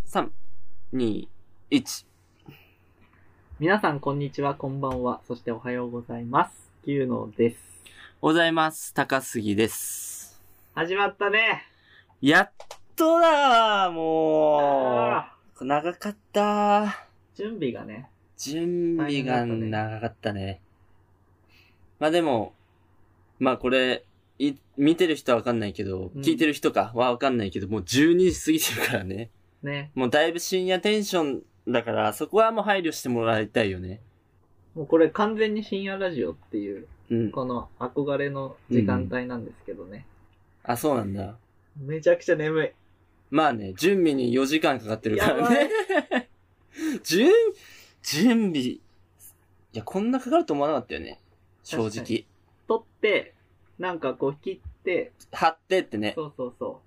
3、2、1。 皆さん、こんにちは、こんばんは、そしておはようございます。キューノです。 ございます。高杉ですし始まったね。 やっとだー、もう。長かったー。 準備がね。 準備が長かったね。まあでも、まあこれ、見てる人はわかんないけど、聞いてる人かはわかんないけど、もう12時過ぎてるからね。 ね。 もうだいぶ深夜テンションだから、そこはもう配慮してもらいたいよね。 もうこれ完全に深夜ラジオっていう、 うん。 この憧れの時間帯なんですけどね。 あ、そうなんだ。 めちゃくちゃ眠い。 まあね、準備に4時間かかってるからね。準備。いや、こんなかかると思わなかったよね。正直。 撮って、なんかこう切って、 貼ってってね。 そうそうそう。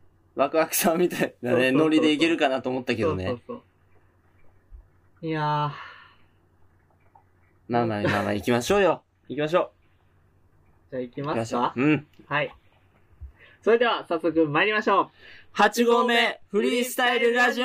ワクワクさんみたいなね、ノリでいけるかなと思ったけどね。 そういやー。 まあ行きましょうよ。行きましょう。 じゃあ行きますか。 うん。 はい。それでは早速参りましょう。 8号目フリースタイルラジオ。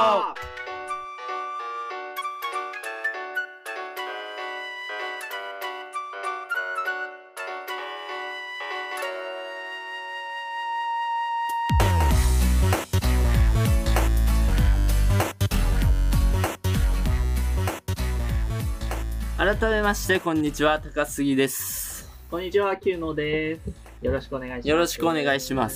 改めまして、こんにちは、高杉です。 こんにちは、キューノです。よろしくお願いします。 よろしくお願いします。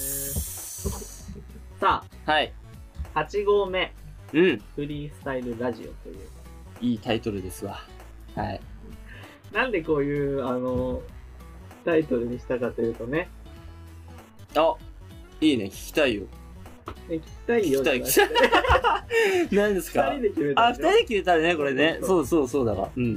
さあ、はい。 8号目。 うん。 フリースタイルラジオという。 いいタイトルですわ。はい。 なんでこういう、タイトルにしたかというとね。 あ、いいね、聞きたいよ。 聞きたいよ。 聞きたい。何ですか？ 2人で決めた。 あ、2人で決めたね、これね。そうだわ。うん。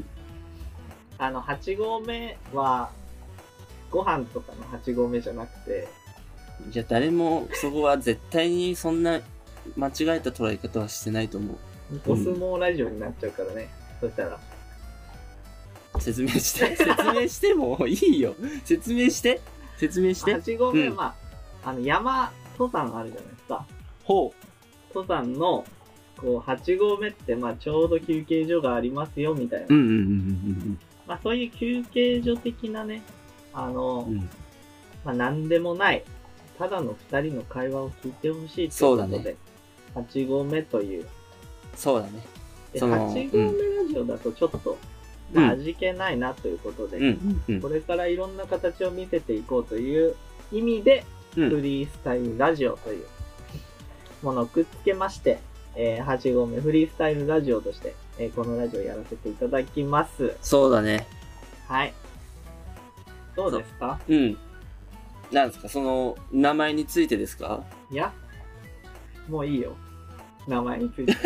8号目は、ご飯とかの8号目じゃなくて。 じゃあ誰もそこは絶対にそんな間違えた捉え方はしてないと思う。 お相撲ラジオになっちゃうからね。そしたら。 説明してもいいよ。説明して。 8号目は、山、登山あるじゃないですか。 ほう。登山の、こう、8合目って、まあ、ちょうど休憩所がありますよ、みたいな。まあ、そういう休憩所的なね、まあ、なんでもない、ただの2人の会話を聞いてほしいということで、8合目という。 そうだね。 で、8合目ラジオだとちょっと、まあ、味気ないなということで、これからいろんな形を見せていこうという意味で、フリースタイルラジオというものをくっつけまして、8号目フリースタイルラジオとして、このラジオやらせていただきます。 そうだね。 はい。どうですか？ なんですか、その、名前についてですか？ いや、もういいよ。名前について。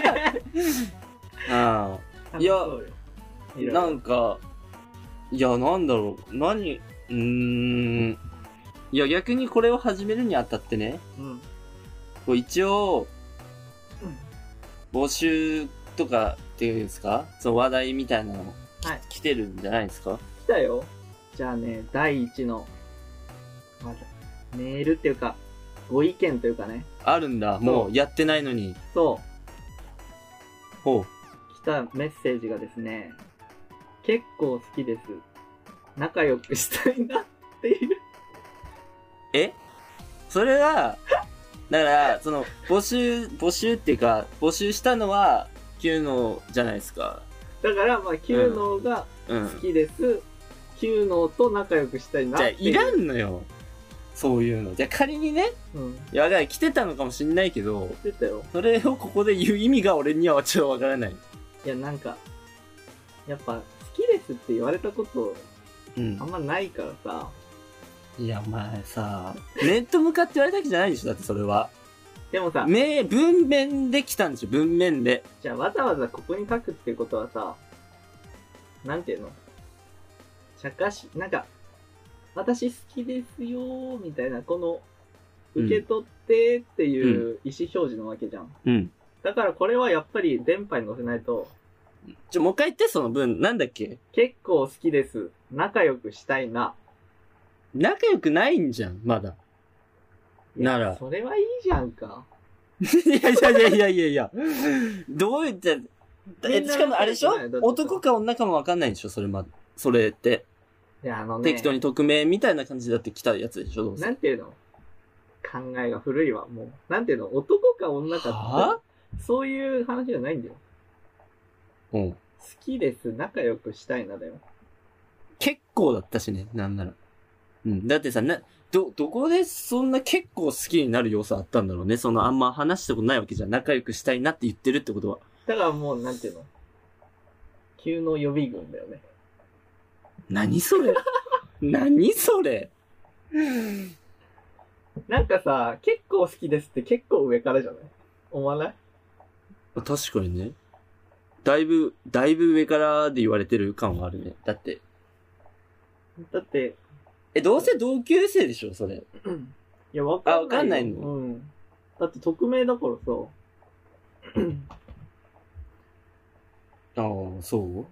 ああ。いや、なんか、いや、なんだろう。いや、逆にこれを始めるにあたってね。こう一応、募集とかっていうんですか？その話題みたいなの来てるんじゃないですか？ 来たよ。じゃあね、第一の、メールっていうか、ご意見というかね。 あるんだ。もうやってないのに。 そう。 ほう。 来たメッセージがですね、結構好きです。仲良くしたいなっていう。 それは、だから、その、募集っていうか、募集したのは、キューノじゃないですか。 だから、まあ、キューノが好きです。キューノと仲良くしたいなっていう。 じゃあ、いらんのよ。そういうの。じゃあ、仮にね、いや、来てたのかもしんないけど、 来てたよ。 それをここで言う意味が俺にはちょっとわからない。 いや、なんか、やっぱ、好きですって言われたこと、あんまないからさ。 いや、お前さ、面と向かって言われたわけじゃないでしょ、だってそれは。 でもさ、 文面で来たんでしょ、文面で。 じゃあわざわざここに書くっていうことはさ、なんていうの？茶化し、なんか、私好きですよー、みたいな、この、受け取ってっていう意思表示なわけじゃん。だからこれはやっぱり電波に乗せないと。 もう一回言って、その文、なんだっけ？ 結構好きです。仲良くしたいな。 仲良くないんじゃん、まだ。なら。 それはいいじゃんか。 いや。どういった、しかもあれでしょ男か女かもわかんないでしょそれって。 いや、 適当に匿名みたいな感じだって来たやつでしょどうせ。 なんていうの考えが古いわ、もう。なんていうの男か女かって。そういう話じゃないんだよ。 うん。 好きです、仲良くしたいなだよ。 結構だったしね、なんなら。うん。だってさ、どこでそんな結構好きになる要素あったんだろうね。あんま話したことないわけじゃん。仲良くしたいなって言ってるってことは。 だからもう、なんていうの急の予備軍だよね。 何それ何それなんかさ、結構好きですって結構上からじゃない思わない？ 確かにね。だいぶ上からで言われてる感はあるね。だって。どうせ同級生でしょそれ。 いや、わかんないの？ うん。だって匿名だからさ。 ああ、そう？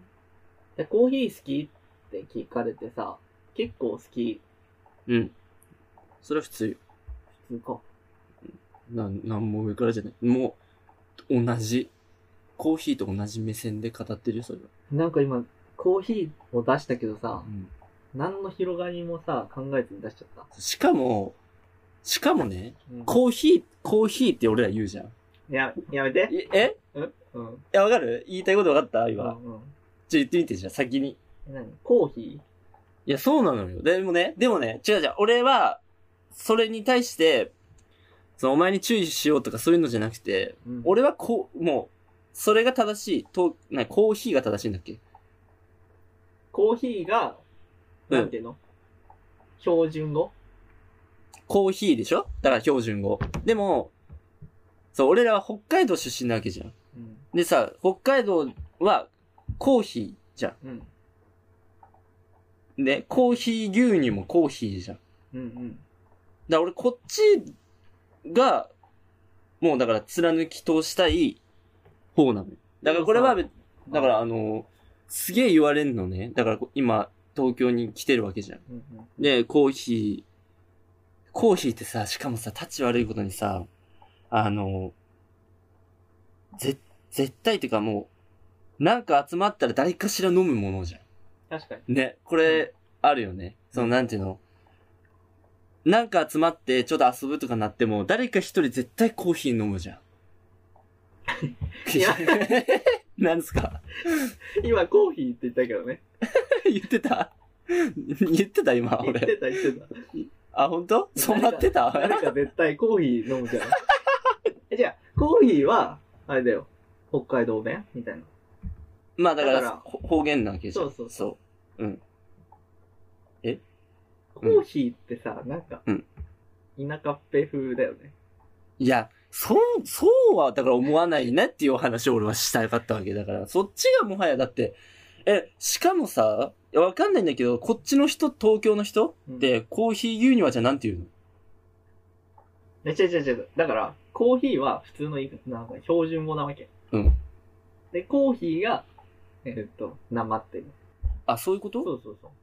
コーヒー好きって聞かれてさ、結構好き。 うん。それは普通よ。 普通か。 なんも上からじゃない。もう、同じ。コーヒーと同じ目線で語ってるよ、それは。 なんか今、コーヒーを出したけどさ、何の広がりもさ、考えずに出しちゃった。 しかもね、コーヒーって俺ら言うじゃん。 やめて。 いや、わかる？言いたいことわかった今。言ってみてじゃあ、先に。 何？コーヒー？ いや、そうなのよ。でもね、違う。俺は、それに対して、お前に注意しようとかそういうのじゃなくて、俺はもう、それが正しい。コーヒーが正しいんだっけ？ コーヒーが、なんていうの？標準語？ コーヒーでしょ？だから標準語。でも、俺らは北海道出身なわけじゃん。でさ、北海道はコーヒーじゃん。で、コーヒー牛乳もコーヒーじゃん。だから俺こっちが、もうだから貫き通したい方なのよ。だからこれは、だからすげえ言われんのね。だから今、東京に来てるわけじゃん。で、コーヒーってさ、しかもさ、立ち悪いことにさ、絶対っていうかもう、なんか集まったら誰かしら飲むものじゃん。 確かに。 ね、これ、あるよね。なんていうの？なんか集まってちょっと遊ぶとかなっても、誰か一人絶対コーヒー飲むじゃん。なんすか？ 今コーヒーって言ったけどね。 言ってた今、俺。 言ってた。 あ、本当？染まってた？ 誰か絶対コーヒー飲むじゃん。じゃあ、コーヒーは、あれだよ。北海道弁みたいな。 まあだから、方言なわけじゃん。そう。うん。 コーヒーってさ、なんか、田舎っぺ風だよね。 いや、そうは、だから思わないねっていうお話を俺はしたかったわけだから、そっちがもはやだって、しかもさ、わかんないんだけど、こっちの人、東京の人って、コーヒー牛乳はじゃあなんて言うの？ 違う。だから、コーヒーは普通のなんか標準語なわけ。で、コーヒーが、なまってる。 あ、そういうこと？ そう。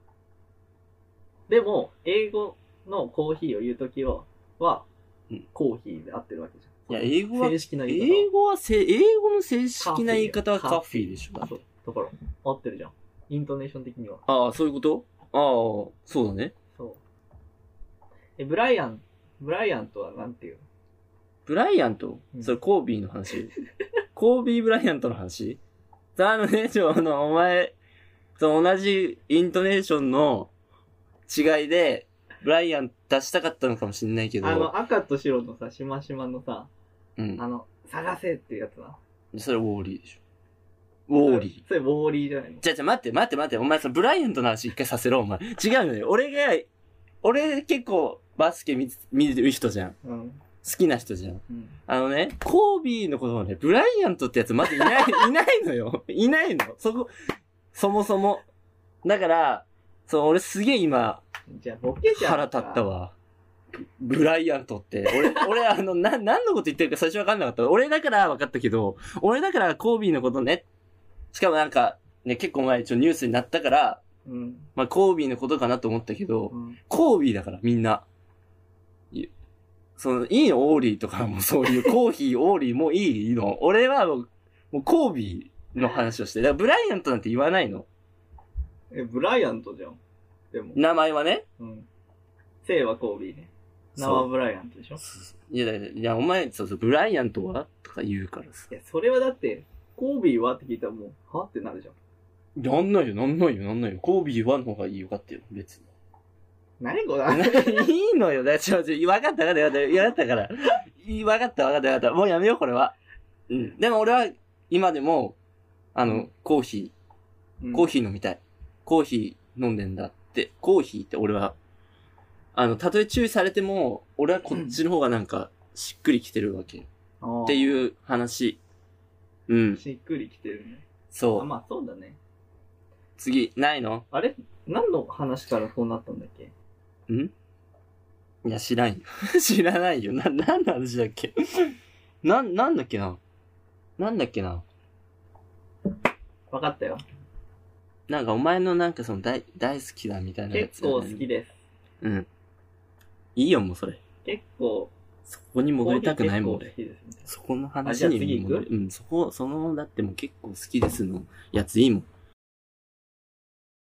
でも、英語のコーヒーを言うときは、コーヒーで合ってるわけじゃん。いや、英語は、 正式な言い方。 英語の正式な言い方はカフィーでしょ。 そう。だから、合ってるじゃん。イントネーション的には。 ああ、そういうこと？ああ、そうだね。 そう。ブライアントはなんていうの？ ブライアント？それコービーの話。コービー・ブライアントの話？お前、同じイントネーションの違いで、ブライアン出したかったのかもしんないけど。 赤と白のさ、しましまのさ、探せっていうやつな。 それウォーリーでしょ。ウォーリー。 それウォーリーじゃないの？ じゃ待って。お前ブライアントの話一回させろ、お前。違うのよ。俺結構バスケ見る人じゃん。好きな人じゃん。コービーのことをね、ブライアントってやつまずいないのよ。いないの。そもそも。だから、俺すげえ今、 じゃあボケじゃん。 腹立ったわ。ブライアントって。俺何のこと言ってるか最初わかんなかった。俺だからわかったけど、俺だからコービーのことね。しかもなんか、ね、結構前ニュースになったから、まあコービーのことかなと思ったけど、コービーだからみんな。 いいのオーリーとかもそういうコーヒーオーリーもいいの。俺はもうコービーの話をして。だからブライアントなんて言わないの。 ブライアントじゃん。でも。 名前はね。 うん。姓はコービーね。名はブライアントでしょ。 いや、お前、ブライアントはとか言うからさ。 いや、それはだって、コービーはって聞いたらもう、はってなるじゃん。 なんないよ。コービーはの方がいいよかってよ、別に。 何これいいのよ。わかったから。わかった。もうやめよう、これは。うん。でも俺は、今でも、コーヒー飲みたい。コーヒー飲んでんだって。コーヒーって俺は、たとえ注意されても、俺はこっちの方がなんか、しっくりきてるわけ。っていう話。うん。 しっくりきてるね。 そう。 まあそうだね。 次、ないの？ あれ何の話からそうなったんだっけ？ いや、知らんよ。知らないよ。何の話だっけ？なんだっけな。 わかったよ。 なんかお前のなんか大好きだみたいなやつ。 結構好きです。 うん。いいよ、もうそれ。 結構。 そこに戻りたくないもん、俺。そこの話に戻る。 だってもう結構好きですのやついいもん。